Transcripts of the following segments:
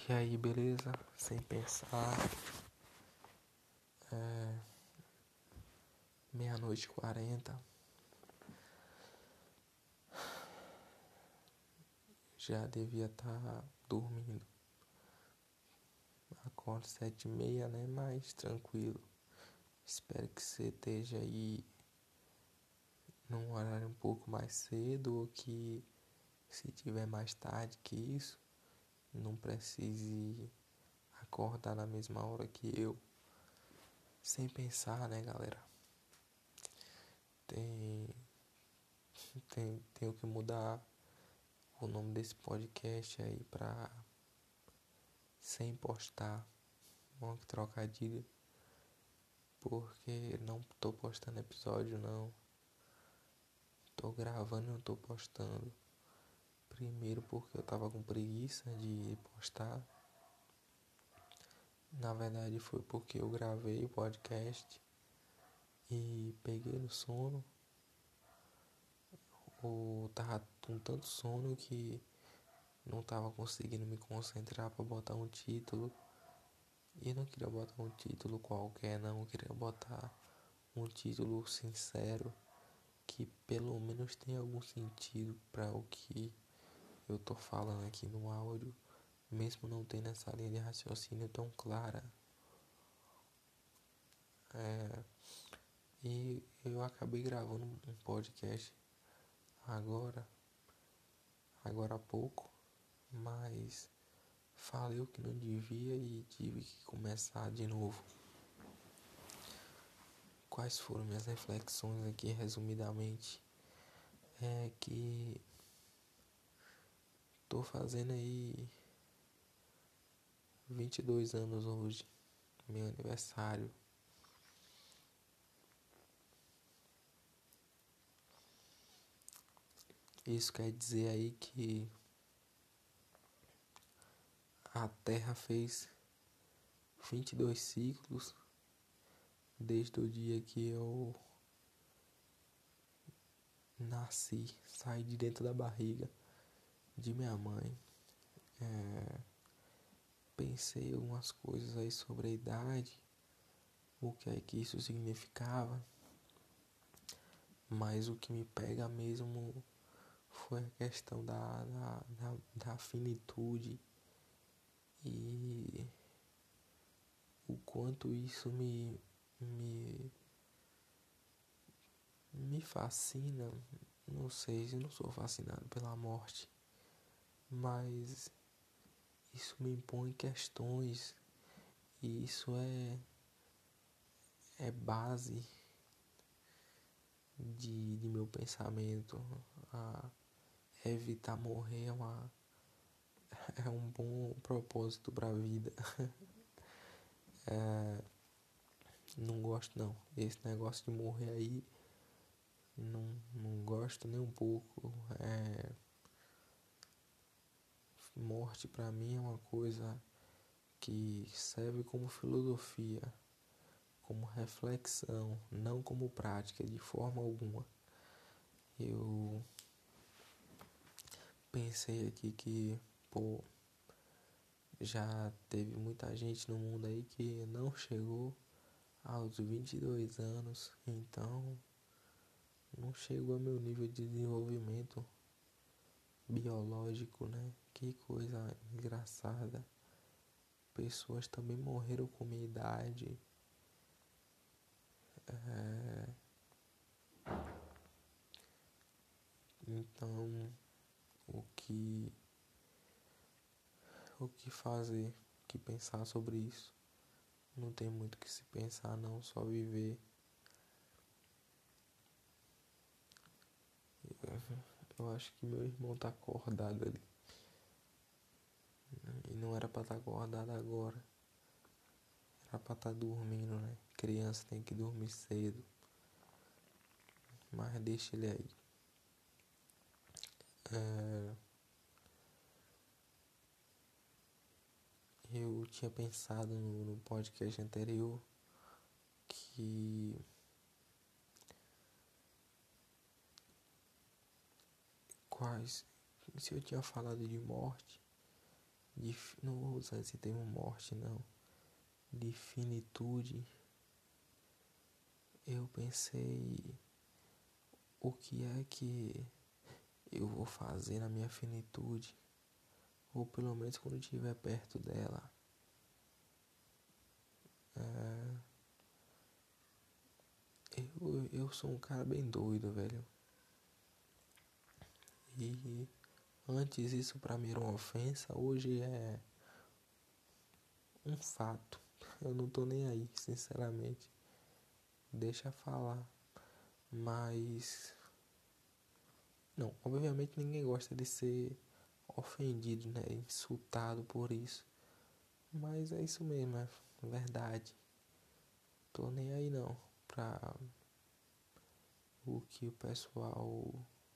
E aí, beleza? Sem pensar, meia-noite e 40. Já devia estar dormindo. Acordo 7h30, né? Mas tranquilo. Espero que você esteja aí num horário um pouco mais cedo, ou que, se tiver mais tarde que isso, não precise acordar na mesma hora que eu. Sem pensar, né, galera? Tem, tenho que mudar o nome desse podcast aí pra Sem Postar. Bom, que trocadilho. Porque não tô postando episódio, não. Tô gravando e não tô postando. Primeiro porque eu tava com preguiça de postar. Na verdade foi porque eu gravei o podcast e peguei no sono. Ou tava com tanto sono que não tava conseguindo me concentrar pra botar um título. E eu não queria botar um título qualquer, não. Eu queria botar um título sincero, que pelo menos tenha algum sentido para o que eu tô falando aqui no áudio, mesmo não tendo essa linha de raciocínio tão clara. E eu acabei gravando um podcast agora há pouco, mas falei o que não devia e tive que começar de novo. Quais foram minhas reflexões aqui, resumidamente? É que tô fazendo aí 22 anos hoje, meu aniversário. Isso quer dizer aí que a Terra fez 22 ciclos desde o dia que eu nasci, saí de dentro da barriga de minha mãe. Pensei algumas coisas aí sobre a idade, o que é que isso significava, mas o que me pega mesmo foi a questão da finitude e o quanto isso me fascina. Não sei se não sou fascinado pela morte, mas isso me impõe questões e isso é base de meu pensamento. A evitar morrer é um bom propósito para a vida. Não gosto não. Esse negócio de morrer aí, não gosto nem um pouco. Morte para mim é uma coisa que serve como filosofia, como reflexão, não como prática de forma alguma. Eu pensei aqui que, pô, já teve muita gente no mundo aí que não chegou aos 22 anos, então não chegou ao meu nível de desenvolvimento biológico, né? Que coisa engraçada. Pessoas também morreram com minha idade. Então, o que o que fazer, o que pensar sobre isso? Não tem muito o que se pensar não, só viver. Eu acho que meu irmão tá acordado ali. E não era pra estar acordado agora. Era pra estar dormindo, né? Criança tem que dormir cedo. Mas deixa ele aí. Eu tinha pensado no podcast anterior que se eu tinha falado de morte, Não vou usar esse termo morte, não. De finitude. Eu pensei o que é que eu vou fazer na minha finitude, ou pelo menos quando eu estiver perto dela. Eu sou um cara bem doido, velho. E antes isso pra mim era uma ofensa, hoje é um fato. Eu não tô nem aí, sinceramente. Deixa falar. Mas não, obviamente ninguém gosta de ser ofendido, né? Insultado por isso. Mas é isso mesmo, é verdade. Tô nem aí não pra o que o pessoal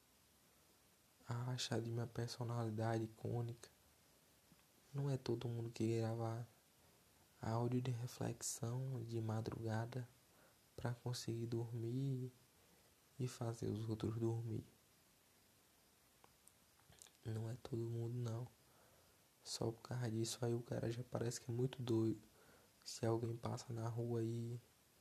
acha de minha personalidade icônica. Não é todo mundo que grava áudio de reflexão de madrugada pra conseguir dormir e fazer os outros dormir. Não é todo mundo não. Só por causa disso aí o cara já parece que é muito doido. Se alguém passa na rua aí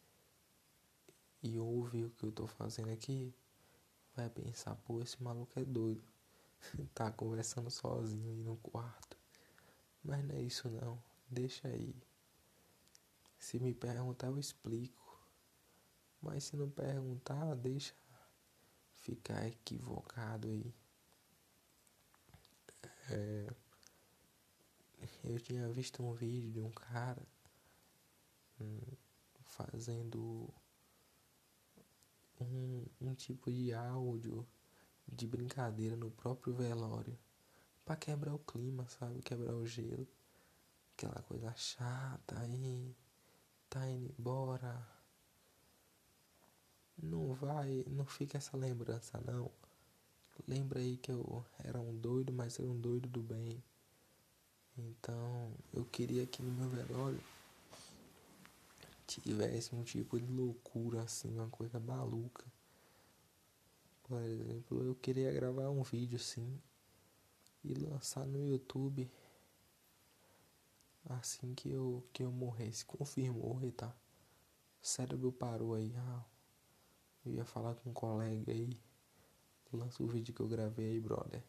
e ouve o que eu tô fazendo aqui, vai pensar, pô, esse maluco é doido. Tá conversando sozinho aí no quarto. Mas não é isso não. Deixa aí. Se me perguntar eu explico. Mas se não perguntar, deixa ficar equivocado aí. Eu tinha visto um vídeo de um cara fazendo um tipo de áudio de brincadeira no próprio velório. Pra quebrar o clima, sabe? Quebrar o gelo. Aquela coisa chata aí. Tá indo embora. Não vai, não fica essa lembrança não. Lembra aí que eu era um doido, mas era um doido do bem. Então eu queria que no meu velório tivesse um tipo de loucura assim, uma coisa maluca. Por exemplo, eu queria gravar um vídeo assim e lançar no YouTube assim que eu morresse. Confirmou, tá? O cérebro parou aí. Eu ia falar com um colega aí. Lança o vídeo que eu gravei aí, brother.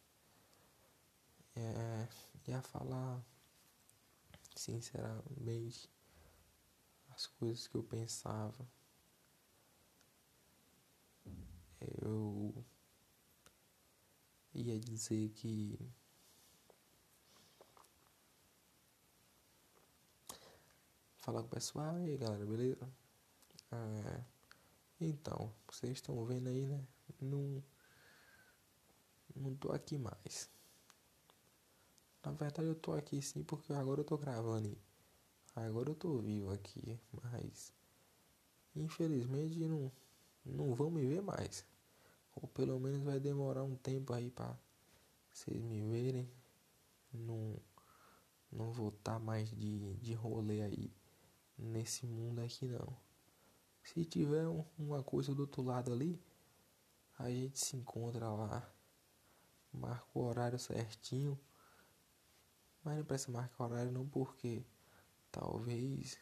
Ia falar sinceramente as coisas que eu pensava. Eu ia dizer que falar com o pessoal, e aí galera, beleza? É, então, vocês estão vendo aí, né? Não, não tô aqui mais. Na verdade eu tô aqui sim porque agora eu tô gravando e agora eu tô vivo aqui, mas infelizmente não vão me ver mais. Ou pelo menos vai demorar um tempo aí pra vocês me verem. Não, não vou estar mais de rolê aí nesse mundo aqui não. Se tiver uma coisa do outro lado ali, a gente se encontra lá, marca o horário certinho, mas não precisa marcar o horário não porque talvez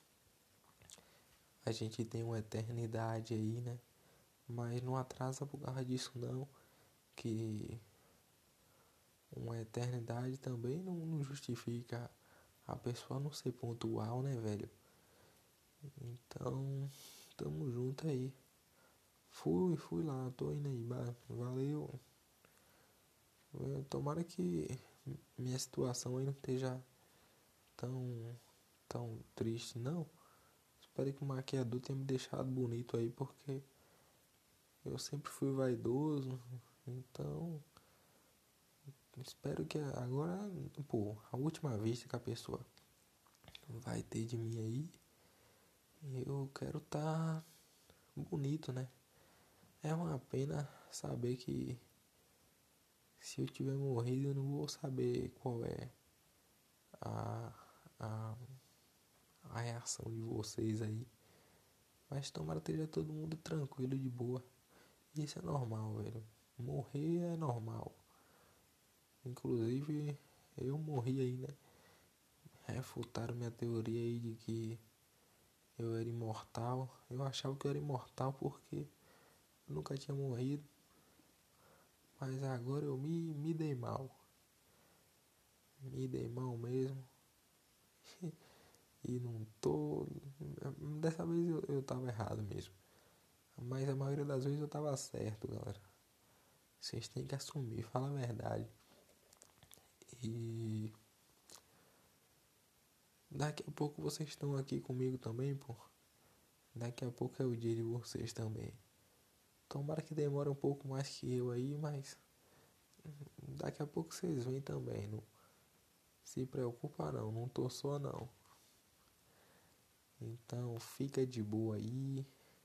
a gente tenha uma eternidade aí, né? Mas não atrasa por causa disso não, que uma eternidade também não justifica a pessoa não ser pontual, né, velho? Então, tamo junto aí. Fui lá, tô indo aí, valeu. Tomara que minha situação aí não esteja tão, tão triste, não. Espero que o maquiador tenha me deixado bonito aí, porque eu sempre fui vaidoso. Então, espero que agora, pô, a última vista que a pessoa vai ter de mim aí, eu quero tá bonito, né? É uma pena saber que se eu tiver morrido eu não vou saber qual é a, a, a reação de vocês aí. Mas tomara que esteja todo mundo tranquilo, de boa. Isso é normal, velho. Morrer é normal. Inclusive, eu morri aí, né? Refutaram minha teoria aí de que eu era imortal. Eu achava que eu era imortal porque eu nunca tinha morrido. Mas agora eu me dei mal. Me dei mal mesmo. E não tô. Dessa vez eu tava errado mesmo. Mas a maioria das vezes eu tava certo, galera. Vocês têm que assumir, fala a verdade. E daqui a pouco vocês estão aqui comigo também, pô. Daqui a pouco é o dia de vocês também. Tomara que demore um pouco mais que eu aí, mas daqui a pouco vocês vêm também. Não se preocupa não, não tô só não. Então fica de boa aí.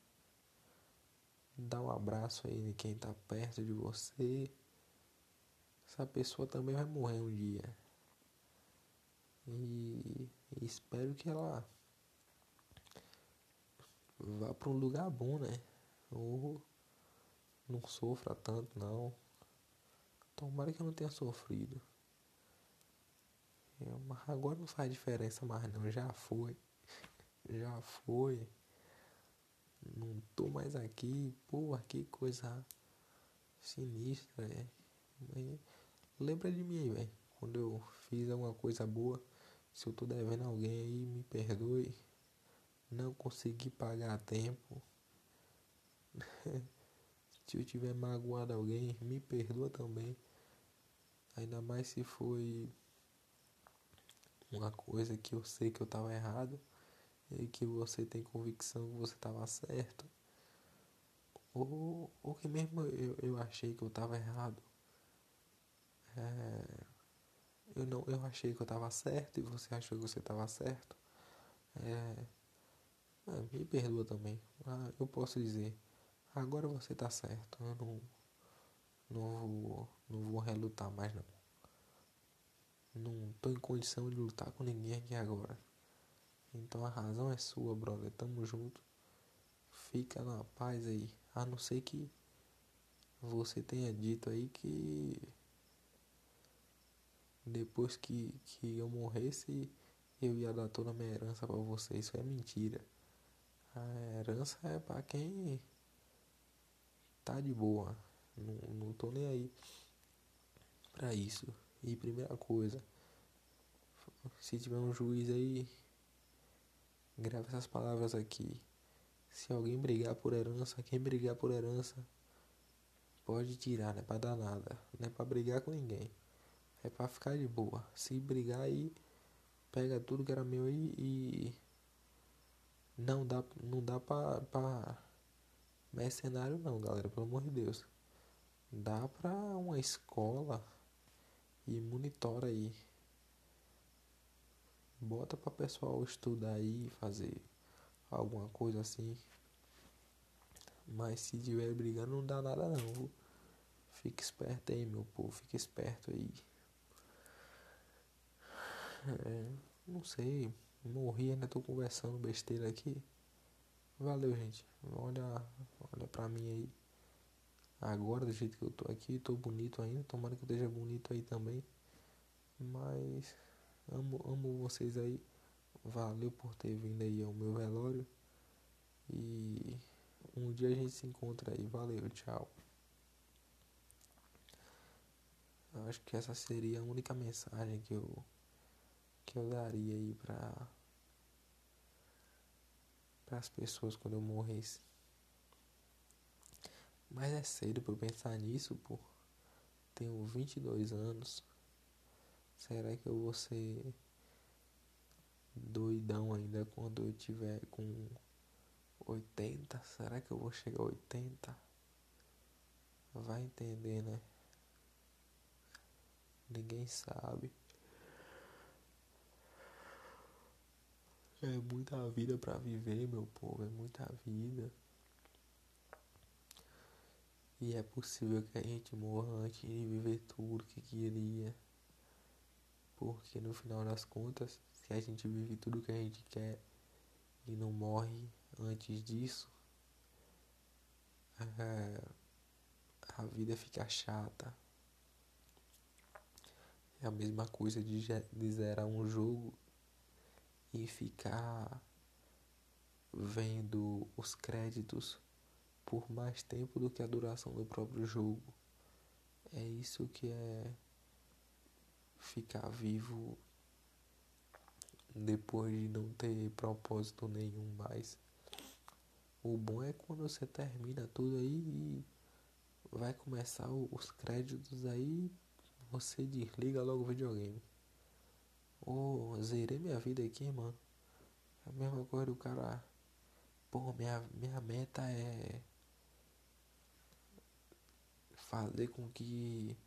Dá um abraço aí em quem tá perto de você. Essa pessoa também vai morrer um dia. E espero que ela vá para um lugar bom, né? Ou não sofra tanto, não. Tomara que eu não tenha sofrido. Mas agora não faz diferença mais não. Já foi. Já foi. Não tô mais aqui. Pô, que coisa sinistra, Mas lembra de mim aí, velho. Quando eu fiz alguma coisa boa. Se eu tô devendo alguém aí, me perdoe. Não consegui pagar a tempo. Se eu tiver magoado alguém, me perdoa também. Ainda mais se foi uma coisa que eu sei que eu estava errado e que você tem convicção que você estava certo. Ou que mesmo eu achei que eu estava errado. É, eu achei que eu estava certo e você achou que você estava certo. É, me perdoa também. Eu posso dizer, agora você está certo. Eu não vou relutar mais não. Não tô em condição de lutar com ninguém aqui agora. Então a razão é sua, brother. Tamo junto. Fica na paz aí. A não ser que você tenha dito aí que depois que eu morresse eu ia dar toda a minha herança pra você. Isso é mentira. A herança é pra quem tá de boa. Não tô nem aí pra isso. E primeira coisa, se tiver um juiz aí, grave essas palavras aqui. Se alguém brigar por herança, quem brigar por herança pode tirar, não é pra dar nada. Não é pra brigar com ninguém. É pra ficar de boa. Se brigar aí, pega tudo que era meu aí e não dá pra mercenário não, galera, pelo amor de Deus. Dá pra uma escola e monitora aí. Bota pra pessoal estudar aí, fazer alguma coisa assim. Mas se tiver brigando não dá nada não. Fica esperto aí, meu povo, fica esperto aí. Não sei, morri, ainda tô conversando besteira aqui. Valeu, gente. Olha pra mim aí. Agora, do jeito que eu tô aqui, tô bonito ainda. Tomara que eu esteja bonito aí também. Mas amo vocês aí. Valeu por ter vindo aí ao meu velório. E um dia a gente se encontra aí. Valeu, tchau. Eu acho que essa seria a única mensagem que eu daria aí para as pessoas quando eu morresse. Mas é cedo pra eu pensar nisso, pô. Tenho 22 anos. Será que eu vou ser doidão ainda quando eu tiver com 80? Será que eu vou chegar a 80? Vai entender, né? Ninguém sabe. É muita vida pra viver, meu povo. É muita vida. E é possível que a gente morra antes de viver tudo que queria. Porque no final das contas, se a gente vive tudo que a gente quer e não morre antes disso, a vida fica chata. É a mesma coisa de zerar um jogo e ficar vendo os créditos por mais tempo do que a duração do próprio jogo. É isso que é ficar vivo depois de não ter propósito nenhum mais. O bom é quando você termina tudo aí e vai começar os créditos aí, você desliga logo o videogame. Zerei minha vida aqui, mano. É a mesma coisa do cara. Minha meta é fazer com que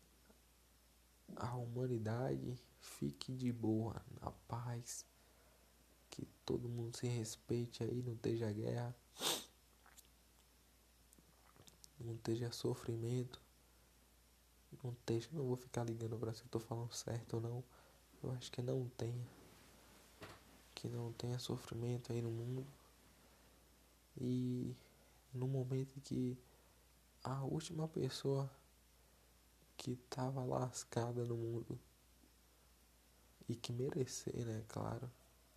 a humanidade fique de boa, na paz, que todo mundo se respeite aí, não esteja guerra, não esteja sofrimento, não vou ficar ligando pra se eu tô falando certo ou não. Eu acho que que não tenha sofrimento aí no mundo. E no momento em que a última pessoa que tava lascada no mundo e que merecer, né, claro.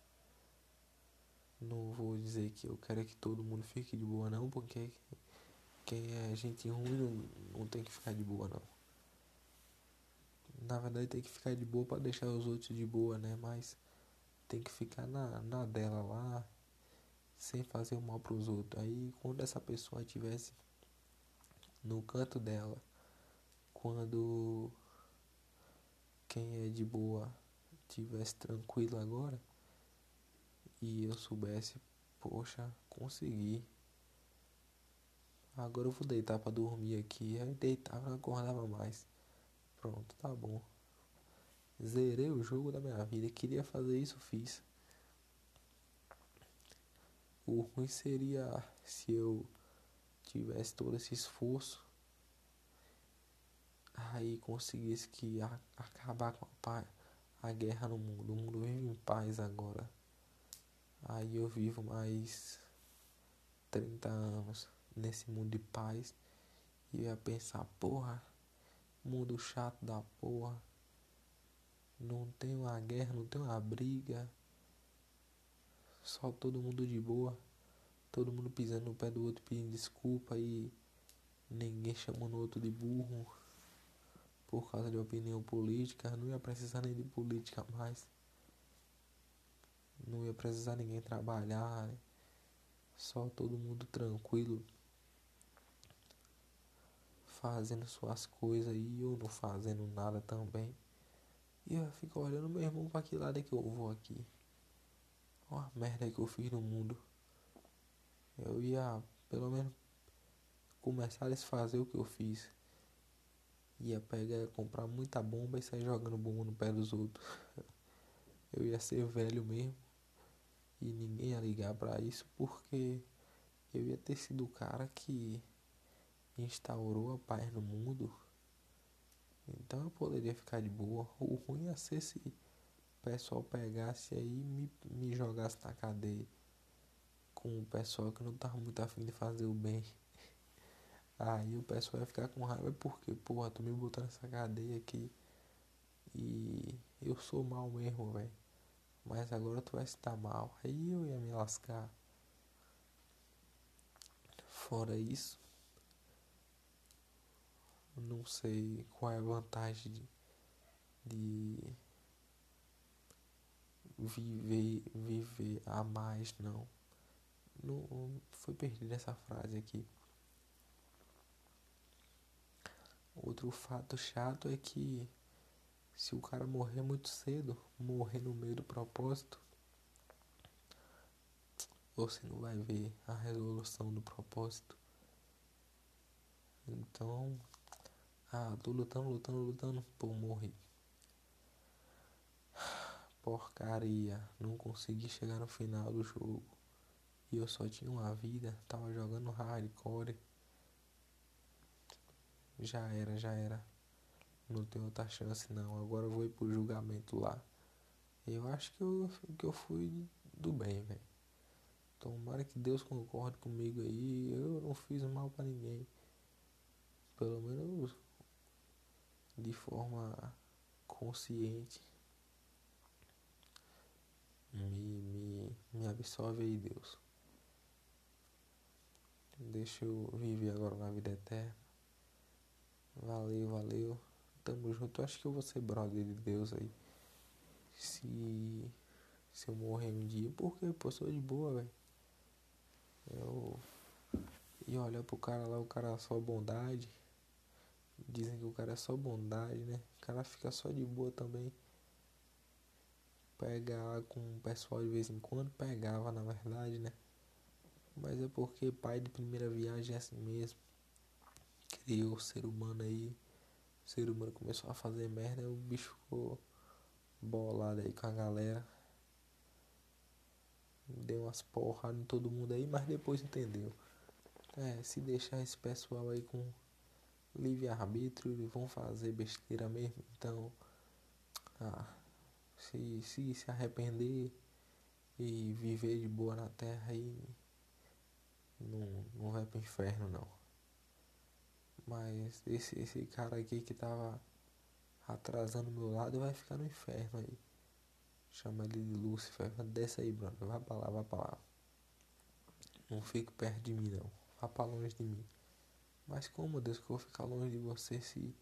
Não vou dizer que eu quero que todo mundo fique de boa não, porque quem é gente ruim não tem que ficar de boa não. Na verdade tem que ficar de boa pra deixar os outros de boa, né? Mas tem que ficar na dela lá, sem fazer o mal pros outros. Aí quando essa pessoa estivesse no canto dela, quando quem é de boa tivesse tranquilo agora, e eu soubesse, poxa, consegui. Agora eu vou deitar pra dormir aqui. Aí deitava, não acordava mais. Pronto, tá bom. Zerei o jogo da minha vida. Queria fazer isso, fiz. O ruim seria se eu tivesse todo esse esforço, aí conseguisse acabar com a guerra no mundo. O mundo vive em paz agora. Aí eu vivo mais 30 anos nesse mundo de paz. E eu ia pensar, porra, mundo chato da porra. Não tem uma guerra, não tem uma briga. Só todo mundo de boa. Todo mundo pisando no pé do outro, pedindo desculpa e ninguém chamando o outro de burro por causa de opinião política. Não ia precisar nem de política mais. Não ia precisar ninguém trabalhar. Né? Só todo mundo tranquilo, fazendo suas coisas aí ou não fazendo nada também. E eu fico olhando meu irmão, pra que lado é que eu vou aqui? Olha a merda que eu fiz no mundo. Eu ia pelo menos começar a desfazer o que eu fiz. Ia pegar, comprar muita bomba e sair jogando bomba no pé dos outros. Eu ia ser velho mesmo e ninguém ia ligar pra isso, porque eu ia ter sido o cara que instaurou a paz no mundo. Então eu poderia ficar de boa. O ruim ia ser se o pessoal pegasse aí e me jogasse na cadeia com o pessoal que não tava muito afim de fazer o bem. Aí o pessoal ia ficar com raiva porque, porra, tu me botou nessa cadeia aqui e eu sou mal mesmo, velho. Mas agora tu vai se dar mal. Aí eu ia me lascar. Fora isso, não sei qual é a vantagem de viver a mais, não. Não foi perdida essa frase aqui. Outro fato chato é que se o cara morrer muito cedo, morrer no meio do propósito, você não vai ver a resolução do propósito. Então, tô lutando, pô, morri. Porcaria, não consegui chegar no final do jogo. E eu só tinha uma vida, tava jogando hardcore. Já era. Não tem outra chance não. Agora eu vou ir pro julgamento lá. Eu acho que eu fui do bem, velho. Tomara que Deus concorde comigo aí. Eu não fiz mal pra ninguém. Pelo menos de forma consciente. Me absolve aí, Deus. Deixa eu viver agora na vida eterna. Valeu, valeu. Tamo junto. Acho que eu vou ser brother de Deus aí. Se, se eu morrer um dia, porque pô, sou de boa, velho. Eu E olha pro cara lá, o cara é só bondade. Dizem que o cara é só bondade, né? O cara fica só de boa também. Pega lá com o pessoal de vez em quando. Pegava, na verdade, né? Mas é porque pai de primeira viagem é assim mesmo. Criou o ser humano aí. O ser humano começou a fazer merda. O bicho ficou bolado aí com a galera. Deu umas porradas em todo mundo aí. Mas depois entendeu. Se deixar esse pessoal aí com livre-arbítrio, eles vão fazer besteira mesmo. Então, ah, se arrepender e viver de boa na terra aí, não vai pro inferno não. Mas esse cara aqui que tava atrasando o meu lado vai ficar no inferno aí. Chama ele de Lúcifer. Desce aí, brother. Vai pra lá, vai pra lá. Não fique perto de mim não. Vá pra longe de mim. Mas como, Deus, que eu vou ficar longe de você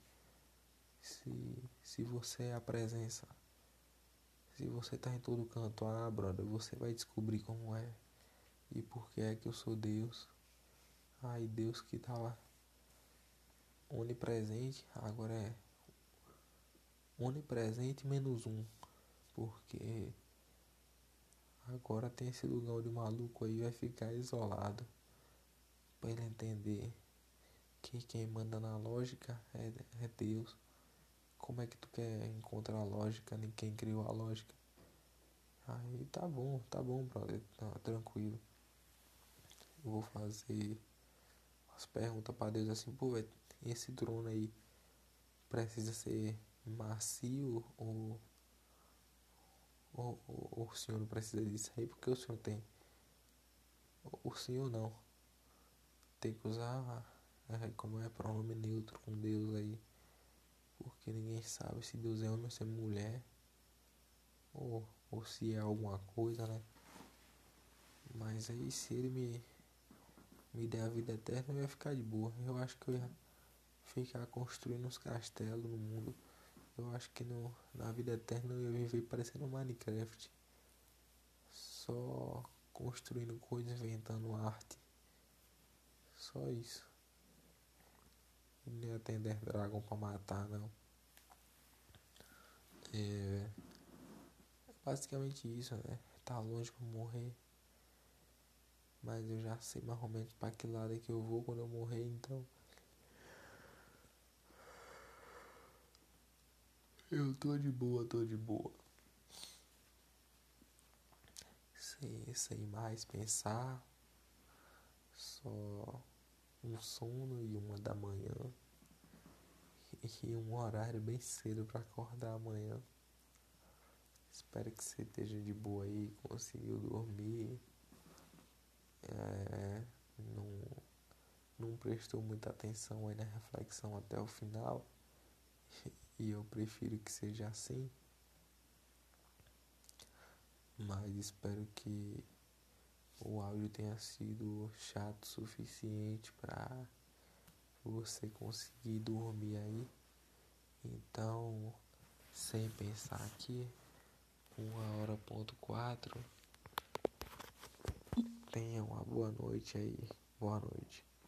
se você é a presença? Se você tá em todo canto, brother, você vai descobrir como é. E por que é que eu sou Deus. E Deus que tá lá onipresente, agora é onipresente menos um. Porque agora tem esse lugar onde o maluco aí vai ficar isolado. Pra ele entender que quem manda na lógica é Deus. Como é que tu quer encontrar a lógica? Ninguém criou a lógica. Aí tá bom, brother. Tá tranquilo. Eu vou fazer as perguntas pra Deus assim, pô, véio, esse trono aí precisa ser macio ou o senhor não precisa disso aí? Porque o senhor tem. O senhor não. Tem que usar como é pronome neutro com Deus aí. Porque ninguém sabe se Deus é homem ou se é mulher. Ou se é alguma coisa, né? Mas aí se ele me der a vida eterna, eu ia ficar de boa. Eu acho que eu ia ficar construindo uns castelos no mundo. Eu acho que na vida eterna eu ia viver parecendo um Minecraft. Só construindo coisas, inventando arte. Só isso. Não ia ter Dragon pra matar, não. É basicamente isso, né? Tá longe pra morrer. Mas eu já sei mais ou menos pra que lado é que eu vou quando eu morrer, então. Eu tô de boa, tô de boa. Sem mais pensar. Só um sono e 1 da manhã. E um horário bem cedo pra acordar amanhã. Espero que você esteja de boa aí, conseguiu dormir. Não, não prestou muita atenção aí na reflexão até o final. E eu prefiro que seja assim. Mas espero que o áudio tenha sido chato o suficiente para você conseguir dormir aí. Então, sem pensar aqui, 1h04. Tenha uma boa noite aí. Boa noite.